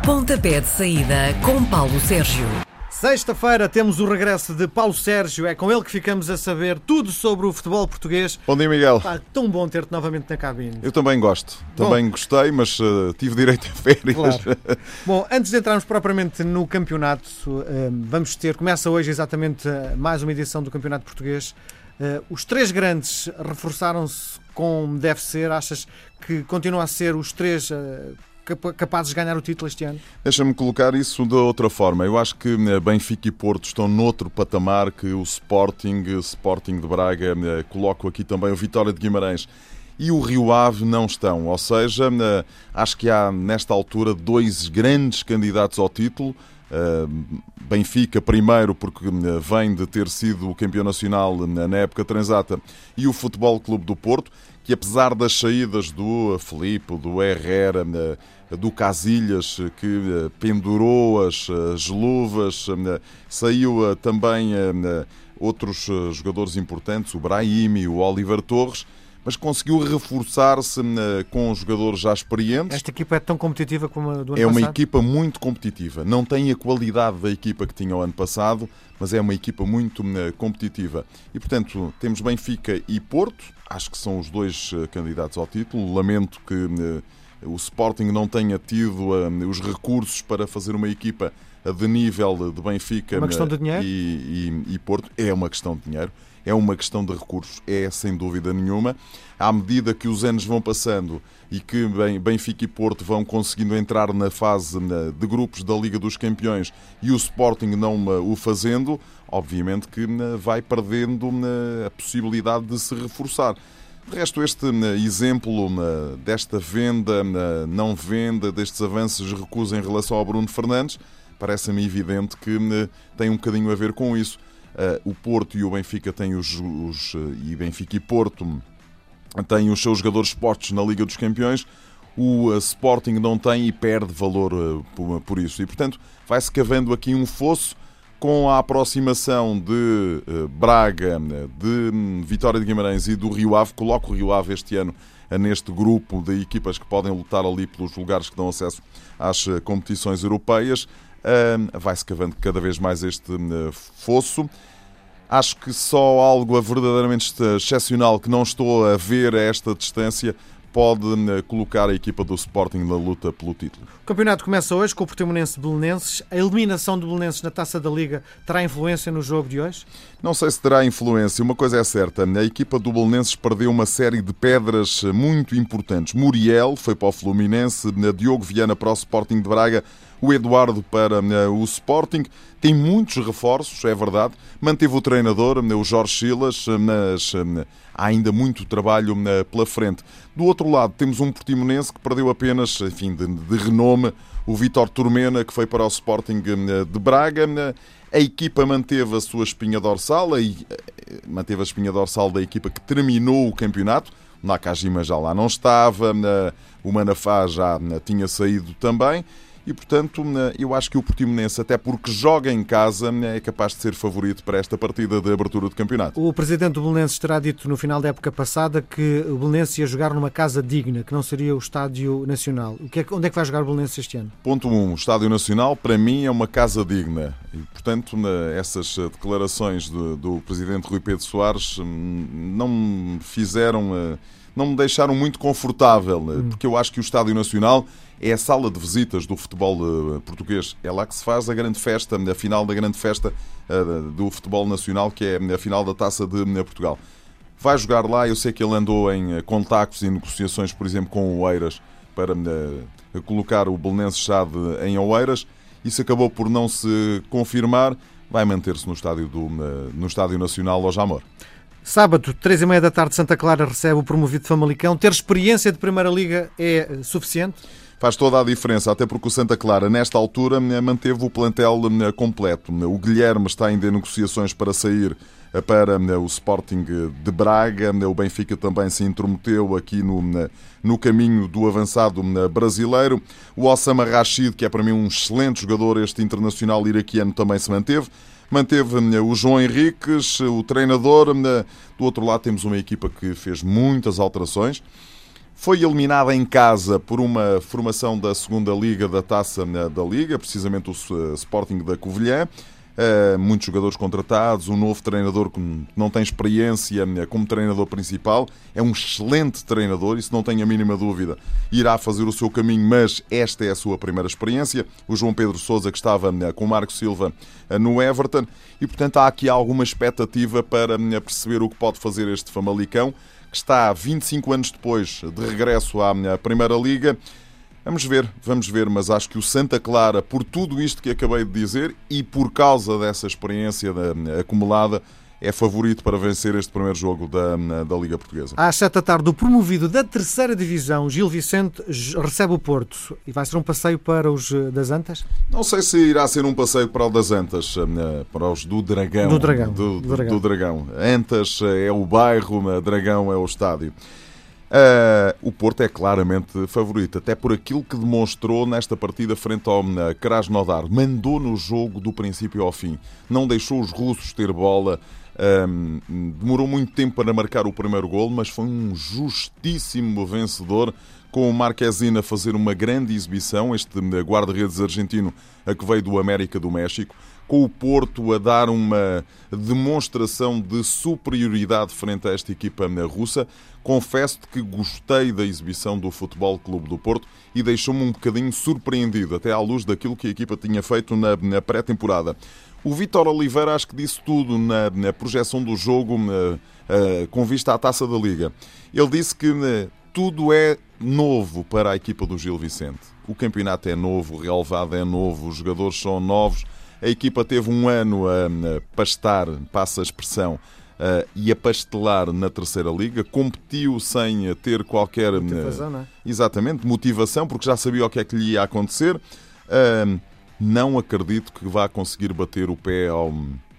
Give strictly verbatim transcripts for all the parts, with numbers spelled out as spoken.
Pontapé de saída com Paulo Sérgio. Sexta-feira temos o regresso de Paulo Sérgio. É com ele que ficamos a saber tudo sobre o futebol português. Bom dia, Miguel. Pá, tão bom ter-te novamente na cabine. Eu também gosto. Também bom. Gostei, mas uh, tive direito a férias. Claro. Bom, antes de entrarmos propriamente no campeonato, uh, vamos ter, começa hoje exatamente uh, mais uma edição do Campeonato Português. Uh, os três grandes reforçaram-se como deve ser. Achas que continuam a ser os três uh, capazes de ganhar o título este ano? Deixa-me colocar isso de outra forma. Eu acho que Benfica e Porto estão noutro patamar que o Sporting, Sporting de Braga, coloco aqui também o Vitória de Guimarães e o Rio Ave não estão. Ou seja, acho que há nesta altura dois grandes candidatos ao título. Benfica primeiro porque vem de ter sido o campeão nacional na época transata, e o Futebol Clube do Porto, que apesar das saídas do Filipe, do Herrera, do Casilhas, que pendurou as, as luvas, saiu também outros jogadores importantes, o Brahimi, o Oliver Torres, mas conseguiu reforçar-se com jogadores já experientes. Esta equipa é tão competitiva como a do ano passado? É uma equipa muito competitiva. Não tem a qualidade da equipa que tinha o ano passado, mas é uma equipa muito competitiva. E, portanto, temos Benfica e Porto. Acho que são os dois candidatos ao título. Lamento que o Sporting não tenha tido os recursos para fazer uma equipa de nível de Benfica é uma questão de dinheiro? E, e, e Porto. É uma questão de dinheiro. É uma questão de recursos, é sem dúvida nenhuma. À medida que os anos vão passando e que Benfica e Porto vão conseguindo entrar na fase de grupos da Liga dos Campeões e o Sporting não o fazendo, obviamente que vai perdendo a possibilidade de se reforçar. De resto, este exemplo desta venda, não venda, destes avanços de recusa em relação ao Bruno Fernandes, parece-me evidente que tem um bocadinho a ver com isso. Uh, o Porto e o Benfica têm os, os e Benfica e Porto têm os seus jogadores postos na Liga dos Campeões. O uh, Sporting não tem e perde valor uh, por, por isso. E, portanto, vai-se cavando aqui um fosso com a aproximação de uh, Braga, de um, Vitória de Guimarães e do Rio Ave. Coloco o Rio Ave este ano uh, neste grupo de equipas que podem lutar ali pelos lugares que dão acesso às uh, competições europeias. Uh, vai-se cavando cada vez mais este uh, fosso. Acho que só algo verdadeiramente excepcional que não estou a ver a esta distância pode uh, colocar a equipa do Sporting na luta pelo título. O campeonato começa hoje com o Portimonense-Belenenses. A eliminação do Belenenses na Taça da Liga terá influência no jogo de hoje? Não sei se terá influência. Uma coisa é certa, a equipa do Belenenses perdeu uma série de pedras muito importantes. Muriel foi para o Fluminense, Diogo Viana para o Sporting de Braga, o Eduardo para o Sporting. Tem muitos reforços, é verdade. Manteve o treinador, o Jorge Silas, mas há ainda muito trabalho pela frente. Do outro lado, temos um Portimonense que perdeu apenas, enfim, de, de renome, o Vítor Turmena, que foi para o Sporting de Braga. A equipa manteve a sua espinha dorsal, a, manteve a espinha dorsal da equipa que terminou o campeonato. O Nakajima já lá não estava, o Manafá já tinha saído também. E, portanto, eu acho que o Portimonense, até porque joga em casa, é capaz de ser favorito para esta partida de abertura de campeonato. O presidente do Belenenses terá dito no final da época passada que o Belenenses ia jogar numa casa digna, que não seria o Estádio Nacional. O que é, onde é que vai jogar o Belenenses este ano? Ponto um. O Estádio Nacional, para mim, é uma casa digna. E, portanto, essas declarações do, do presidente Rui Pedro Soares não me fizeram... não me deixaram muito confortável, porque eu acho que o Estádio Nacional é a sala de visitas do futebol português. É lá que se faz a grande festa, a final da grande festa do futebol nacional, que é a final da Taça de Portugal. Vai jogar lá, eu sei que ele andou em contactos e negociações, por exemplo, com o Oeiras, para colocar o Belenenses Chade em Oeiras. Isso acabou por não se confirmar. Vai manter-se no Estádio, do, no Estádio Nacional ao Jamor. Sábado, três e meia da tarde, Santa Clara recebe o promovido Famalicão. Ter experiência de Primeira Liga é suficiente? Faz toda a diferença, até porque o Santa Clara, nesta altura, manteve o plantel completo. O Guilherme está ainda em negociações para sair para o Sporting de Braga. O Benfica também se intrometeu aqui no, no caminho do avançado brasileiro. O Osama Rashid, que é para mim um excelente jogador, este internacional iraquiano, também se manteve. Manteve o João Henriques, o treinador. Do outro lado temos uma equipa que fez muitas alterações. Foi eliminada em casa por uma formação da segunda Liga da Taça da Liga, precisamente o Sporting da Covilhã. Uh, muitos jogadores contratados, um novo treinador que não tem experiência como treinador principal. É um excelente treinador, isso não tenho a mínima dúvida. Irá fazer o seu caminho, mas esta é a sua primeira experiência. O João Pedro Sousa, que estava uh, com o Marco Silva uh, no Everton. E, portanto, há aqui alguma expectativa para uh, perceber o que pode fazer este Famalicão, que está vinte e cinco anos depois de regresso à Primeira Liga. Vamos ver, vamos ver, mas acho que o Santa Clara, por tudo isto que acabei de dizer e por causa dessa experiência acumulada, é favorito para vencer este primeiro jogo da, da Liga Portuguesa. Às sete da tarde, o promovido da terceira divisão, Gil Vicente, recebe o Porto. E vai ser um passeio para os das Antas? Não sei se irá ser um passeio para os das Antas, para os do Dragão. Do Dragão. Do, do, Dragão. do Dragão. Antas é o bairro, Dragão é o estádio. Uh, o Porto é claramente favorito, até por aquilo que demonstrou nesta partida frente ao uh, Krasnodar. Mandou no jogo do princípio ao fim. Não deixou os russos ter bola. Um, demorou muito tempo para marcar o primeiro golo, mas foi um justíssimo vencedor, com o Marquezine a fazer uma grande exibição, este guarda-redes argentino a que veio do América do México, com o Porto a dar uma demonstração de superioridade frente a esta equipa russa. Confesso-te que gostei da exibição do Futebol Clube do Porto e deixou-me um bocadinho surpreendido, até à luz daquilo que a equipa tinha feito na, na pré-temporada. O Vítor Oliveira acho que disse tudo na, na projeção do jogo uh, uh, com vista à Taça da Liga. Ele disse que uh, tudo é novo para a equipa do Gil Vicente. O campeonato é novo, o relevado é novo, os jogadores são novos. A equipa teve um ano a, a pastar, passa a expressão, uh, e a pastelar na terceira liga. Competiu sem ter qualquer... Motivação, não é? Exatamente, motivação, porque já sabia o que é que lhe ia acontecer. Uh, não acredito que vá conseguir bater o pé ao,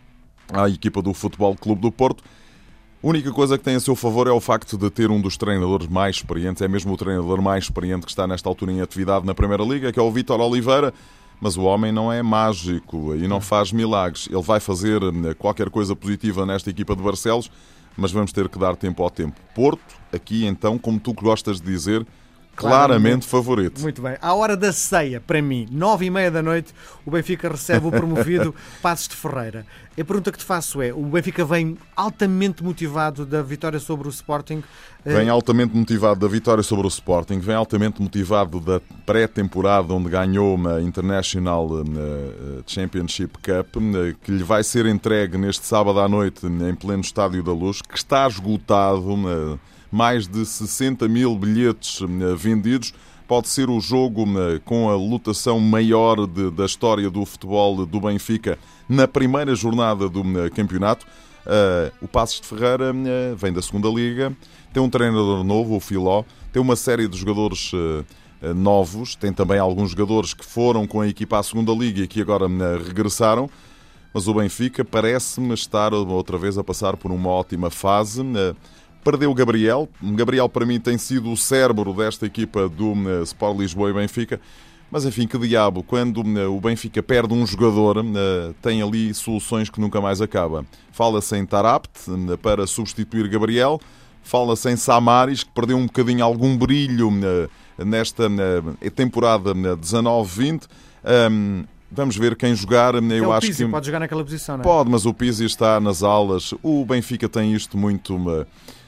à equipa do Futebol Clube do Porto. A única coisa que tem a seu favor é o facto de ter um dos treinadores mais experientes, é mesmo o treinador mais experiente que está nesta altura em atividade na Primeira Liga, que é o Vítor Oliveira. Mas o homem não é mágico e não faz milagres. Ele vai fazer qualquer coisa positiva nesta equipa de Barcelos, mas vamos ter que dar tempo ao tempo. Porto, aqui então, como tu gostas de dizer, claramente, claramente favorito. Muito bem. À hora da ceia, para mim, nove e meia da noite, o Benfica recebe o promovido Paços de Ferreira. A pergunta que te faço é, o Benfica vem altamente motivado da vitória sobre o Sporting? Vem altamente motivado da vitória sobre o Sporting, vem altamente motivado da pré-temporada onde ganhou uma International Championship Cup, que lhe vai ser entregue neste sábado à noite em pleno Estádio da Luz, que está esgotado, mais de sessenta mil bilhetes vendidos. Pode ser o jogo com a lotação maior de, da história do futebol do Benfica na primeira jornada do campeonato. Uh, o Paços de Ferreira uh, vem da segunda Liga, tem um treinador novo, o Filó, tem uma série de jogadores uh, uh, novos, tem também alguns jogadores que foram com a equipa à segunda Liga e que agora uh, regressaram, mas o Benfica parece-me estar outra vez a passar por uma ótima fase. Uh, Perdeu o Gabriel. Gabriel, para mim, tem sido o cérebro desta equipa do uh, Sport Lisboa e Benfica. Mas, enfim, que diabo. Quando uh, o Benfica perde um jogador, uh, tem ali soluções que nunca mais acaba. Fala-se em Tarapt uh, para substituir Gabriel. Fala-se em Samaris, que perdeu um bocadinho algum brilho uh, nesta uh, temporada uh, dezanove vinte. Um, Vamos ver quem jogar. Eu é o acho Pizzi, que pode jogar naquela posição, não é? Pode, mas o Pizzi está nas alas. O Benfica tem isto muito... Uh,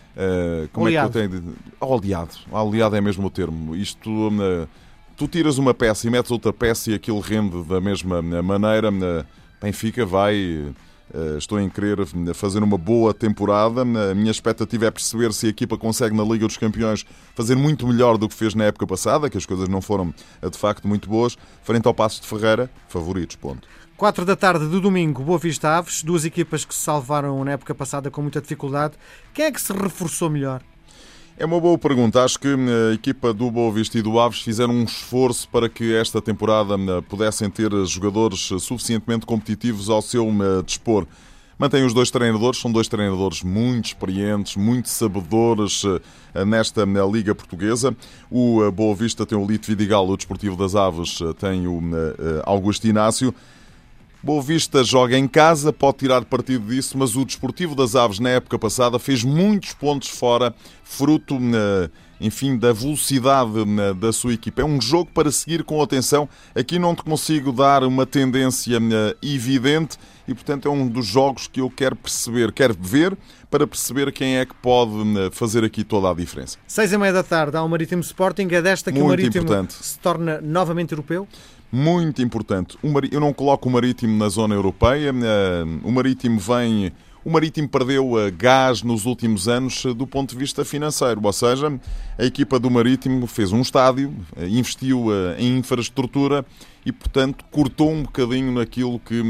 Uh, como oleado. É que eu tenho de... Oleado. Oleado é mesmo o termo. Isto, uh, tu tiras uma peça e metes outra peça e aquilo rende da mesma maneira. Uh, Benfica vai... Uh, estou em querer fazer uma boa temporada. A minha expectativa é perceber se a equipa consegue na Liga dos Campeões fazer muito melhor do que fez na época passada, que as coisas não foram de facto muito boas. Frente ao Paços de Ferreira, favoritos, ponto. quatro da tarde do domingo, Boa Vista Aves, duas equipas que se salvaram na época passada com muita dificuldade. Quem é que se reforçou melhor? É uma boa pergunta. Acho que a equipa do Boa Vista e do Aves fizeram um esforço para que esta temporada pudessem ter jogadores suficientemente competitivos ao seu dispor. Mantém os dois treinadores, são dois treinadores muito experientes, muito sabedores nesta Liga Portuguesa. O Boa Vista tem o Lito Vidigal, o Desportivo das Aves tem o Augusto Inácio. Boa Vista joga em casa, pode tirar partido disso, mas o Desportivo das Aves, na época passada, fez muitos pontos fora, fruto uh, enfim, da velocidade da sua equipa. É um jogo para seguir com atenção. Aqui não te consigo dar uma tendência evidente e, portanto, é um dos jogos que eu quero perceber, quero ver, para perceber quem é que pode fazer aqui toda a diferença. Seis e meia da tarde há o Marítimo Sporting. É desta que Muito o Marítimo importante. se torna novamente europeu? Muito importante. Eu não coloco o Marítimo na zona europeia. O Marítimo vem... O Marítimo perdeu gás nos últimos anos do ponto de vista financeiro, ou seja, a equipa do Marítimo fez um estádio, investiu em infraestrutura e, portanto, cortou um bocadinho naquilo que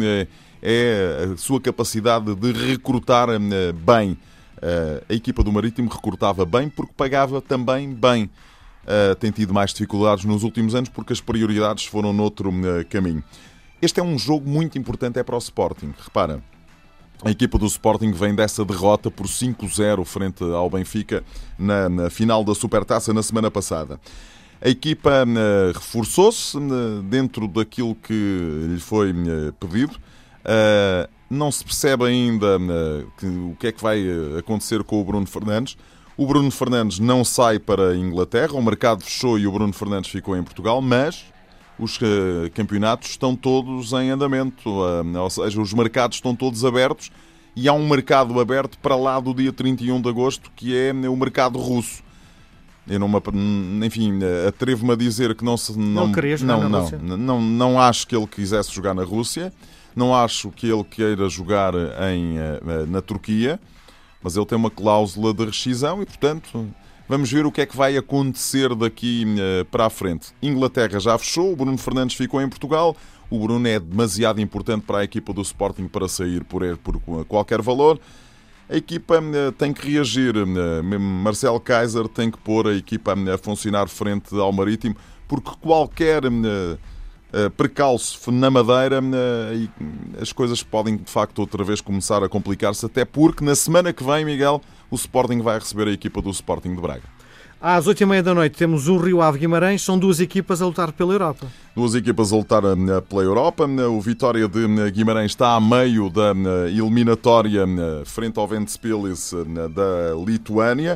é a sua capacidade de recrutar bem. A equipa do Marítimo recrutava bem porque pagava também bem. Tem tido mais dificuldades nos últimos anos porque as prioridades foram noutro caminho. Este é um jogo muito importante é para o Sporting. Repara, a equipa do Sporting vem dessa derrota por cinco zero frente ao Benfica na, na final da Supertaça na semana passada. A equipa uh, reforçou-se uh, dentro daquilo que lhe foi uh, pedido. Uh, não se percebe ainda uh, que, o que é que vai acontecer com o Bruno Fernandes. O Bruno Fernandes não sai para a Inglaterra, o mercado fechou e o Bruno Fernandes ficou em Portugal, mas os uh, campeonatos estão todos em andamento, uh, ou seja, os mercados estão todos abertos e há um mercado aberto para lá do dia trinta e um de agosto, que é o mercado russo. Eu não, me, enfim, atrevo-me a dizer que não se... Não, não queria jogar não, na não, Rússia? Não, não, não acho que ele quisesse jogar na Rússia, não acho que ele queira jogar em, na Turquia, mas ele tem uma cláusula de rescisão e, portanto... Vamos ver o que é que vai acontecer daqui uh, para a frente. Inglaterra já fechou, o Bruno Fernandes ficou em Portugal. O Bruno é demasiado importante para a equipa do Sporting para sair por, por qualquer valor. A equipa uh, tem que reagir. Uh, Marcelo Kaiser tem que pôr a equipa uh, a funcionar frente ao Marítimo, porque qualquer uh, uh, precalço na Madeira, uh, as coisas podem de facto outra vez começar a complicar-se, até porque na semana que vem, Miguel, o Sporting vai receber a equipa do Sporting de Braga. Às oito e meia da noite temos o Rio Ave Guimarães, são duas equipas a lutar pela Europa. Duas equipas a lutar pela Europa. O Vitória de Guimarães está a meio da eliminatória frente ao Ventspils da Lituânia.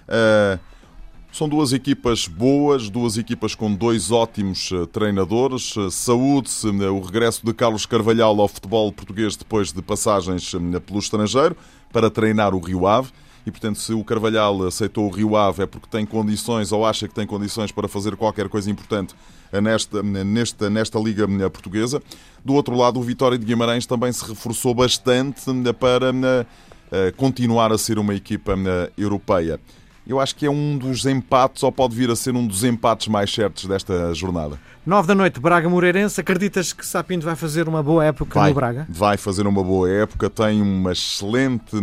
São duas equipas boas, duas equipas com dois ótimos treinadores. Saúde-se o regresso de Carlos Carvalhal ao futebol português depois de passagens pelo estrangeiro para treinar o Rio Ave. E, portanto, se o Carvalhal aceitou o Rio Ave é porque tem condições ou acha que tem condições para fazer qualquer coisa importante nesta, nesta, nesta Liga Portuguesa. Do outro lado, o Vitória de Guimarães também se reforçou bastante para continuar a ser uma equipa europeia. Eu acho que é um dos empates, ou pode vir a ser um dos empates mais certos desta jornada. Nove da noite, Braga-Moreirense. Acreditas que Sapinto vai fazer uma boa época vai, no Braga? Vai fazer uma boa época, tem uma excelente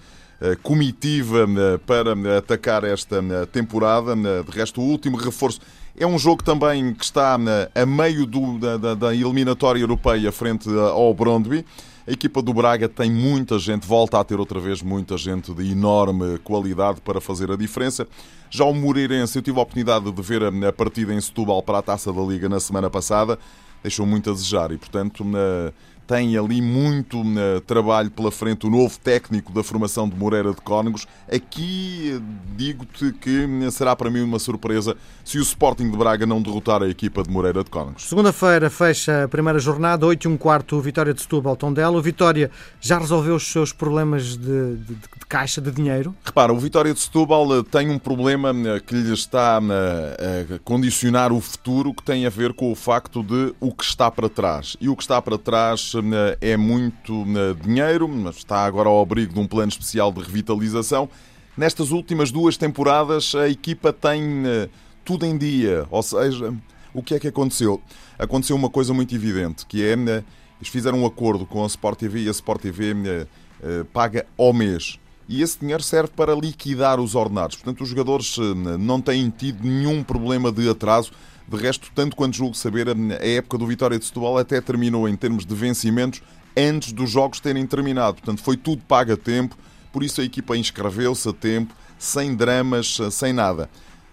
comitiva para atacar esta temporada. De resto, o último reforço é um jogo também que está a meio do, da, da eliminatória europeia frente ao Brøndby. A equipa do Braga tem muita gente, volta a ter outra vez muita gente de enorme qualidade para fazer a diferença. Já o Moreirense, eu tive a oportunidade de ver a partida em Setúbal para a Taça da Liga na semana passada, deixou muito a desejar e, portanto, tem ali muito trabalho pela frente o novo técnico da formação de Moreira de Cónegos. Aqui digo-te que será para mim uma surpresa se o Sporting de Braga não derrotar a equipa de Moreira de Cónegos. Segunda-feira fecha a primeira jornada, oito e um quarto, Vitória de Setúbal, Tondela. O Vitória já resolveu os seus problemas de, de, de caixa, de dinheiro? Repara, o Vitória de Setúbal tem um problema que lhe está a condicionar o futuro, que tem a ver com o facto de o que está para trás. E o que está para trás é muito dinheiro, mas está agora ao abrigo de um plano especial de revitalização. Nestas últimas duas temporadas a equipa tem tudo em dia, ou seja, o que é que aconteceu? Aconteceu uma coisa muito evidente, que é, eles fizeram um acordo com a Sport T V e a Sport T V paga ao mês. E esse dinheiro serve para liquidar os ordenados. Portanto, os jogadores não têm tido nenhum problema de atraso. De resto, tanto quanto julgo saber, a época do Vitória de Setúbal até terminou em termos de vencimentos antes dos jogos terem terminado. Portanto, foi tudo pago a tempo, por isso a equipa inscreveu-se a tempo, sem dramas, sem nada.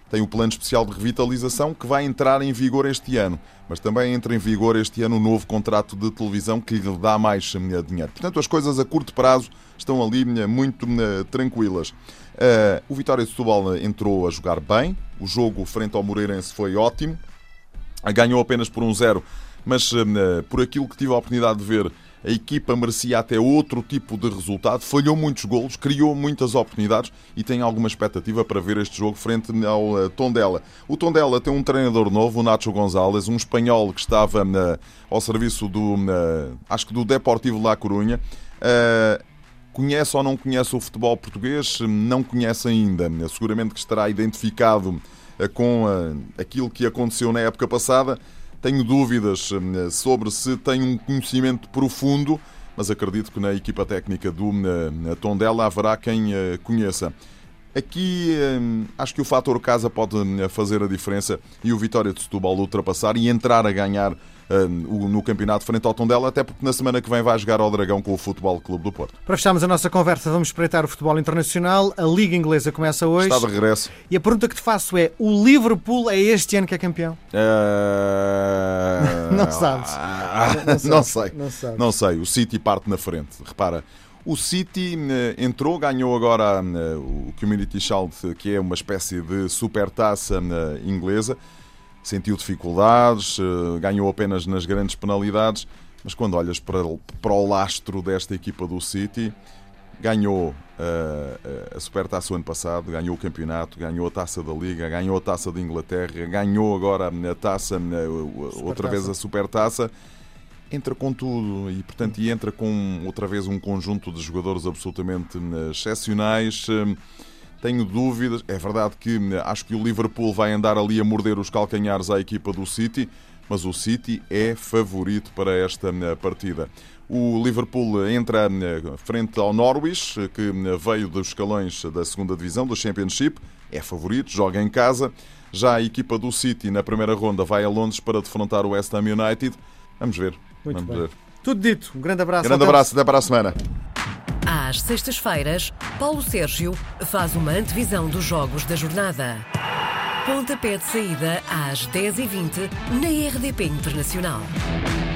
tem o plano especial de revitalização que vai entrar em vigor este ano, mas também entra em vigor este ano o novo contrato de televisão que lhe dá mais dinheiro. Portanto, as coisas a curto prazo estão ali muito tranquilas. Uh, o Vitória de Setúbal entrou a jogar bem, o jogo frente ao Moreirense foi ótimo, ganhou apenas por um zero, mas uh, por aquilo que tive a oportunidade de ver, a equipa merecia até outro tipo de resultado, falhou muitos golos, criou muitas oportunidades e tem alguma expectativa para ver este jogo frente ao uh, Tondela. O Tondela tem um treinador novo, o Nacho González, um espanhol que estava uh, ao serviço do, uh, acho que do Deportivo La Coruña. Uh, conhece ou não conhece o futebol português? Não conhece ainda. Seguramente que estará identificado uh, com uh, aquilo que aconteceu na época passada. Tenho dúvidas sobre se tem um conhecimento profundo, mas acredito que na equipa técnica do Tondela haverá quem conheça. Aqui acho que o fator casa pode fazer a diferença e o Vitória de Setúbal ultrapassar e entrar a ganhar no campeonato frente ao Tondela, até porque na semana que vem vai jogar ao Dragão com o Futebol Clube do Porto. Para fecharmos a nossa conversa, vamos espreitar o futebol internacional. A Liga Inglesa começa hoje. Está de regresso. E a pergunta que te faço é: o Liverpool é este ano que é campeão? Uh... Não sabes. Não, não, não sei. Não, sabes. Não sei. O City parte na frente. Repara, o City entrou, ganhou agora o Community Shield, que é uma espécie de supertaça inglesa. Sentiu dificuldades, ganhou apenas nas grandes penalidades, mas quando olhas para, para o lastro desta equipa do City, ganhou uh, a Supertaça o ano passado, ganhou o campeonato, ganhou a Taça da Liga, ganhou a Taça da Inglaterra, ganhou agora a Taça, uh, outra vez a Supertaça. Entra com tudo e, portanto, e entra com outra vez um conjunto de jogadores absolutamente excepcionais. Tenho dúvidas, é verdade que acho que o Liverpool vai andar ali a morder os calcanhares à equipa do City, mas o City é favorito para esta partida. O Liverpool entra frente ao Norwich, que veio dos escalões da segunda divisão, do Championship, é favorito, joga em casa. Já a equipa do City, na primeira ronda, vai a Londres para defrontar o West Ham United. Vamos ver. Muito Vamos bem. ver. Tudo dito. Um grande abraço. Grande abraço, até para a semana. Às sextas-feiras, Paulo Sérgio faz uma antevisão dos jogos da jornada. Pontapé de saída às dez e vinte na R D P Internacional.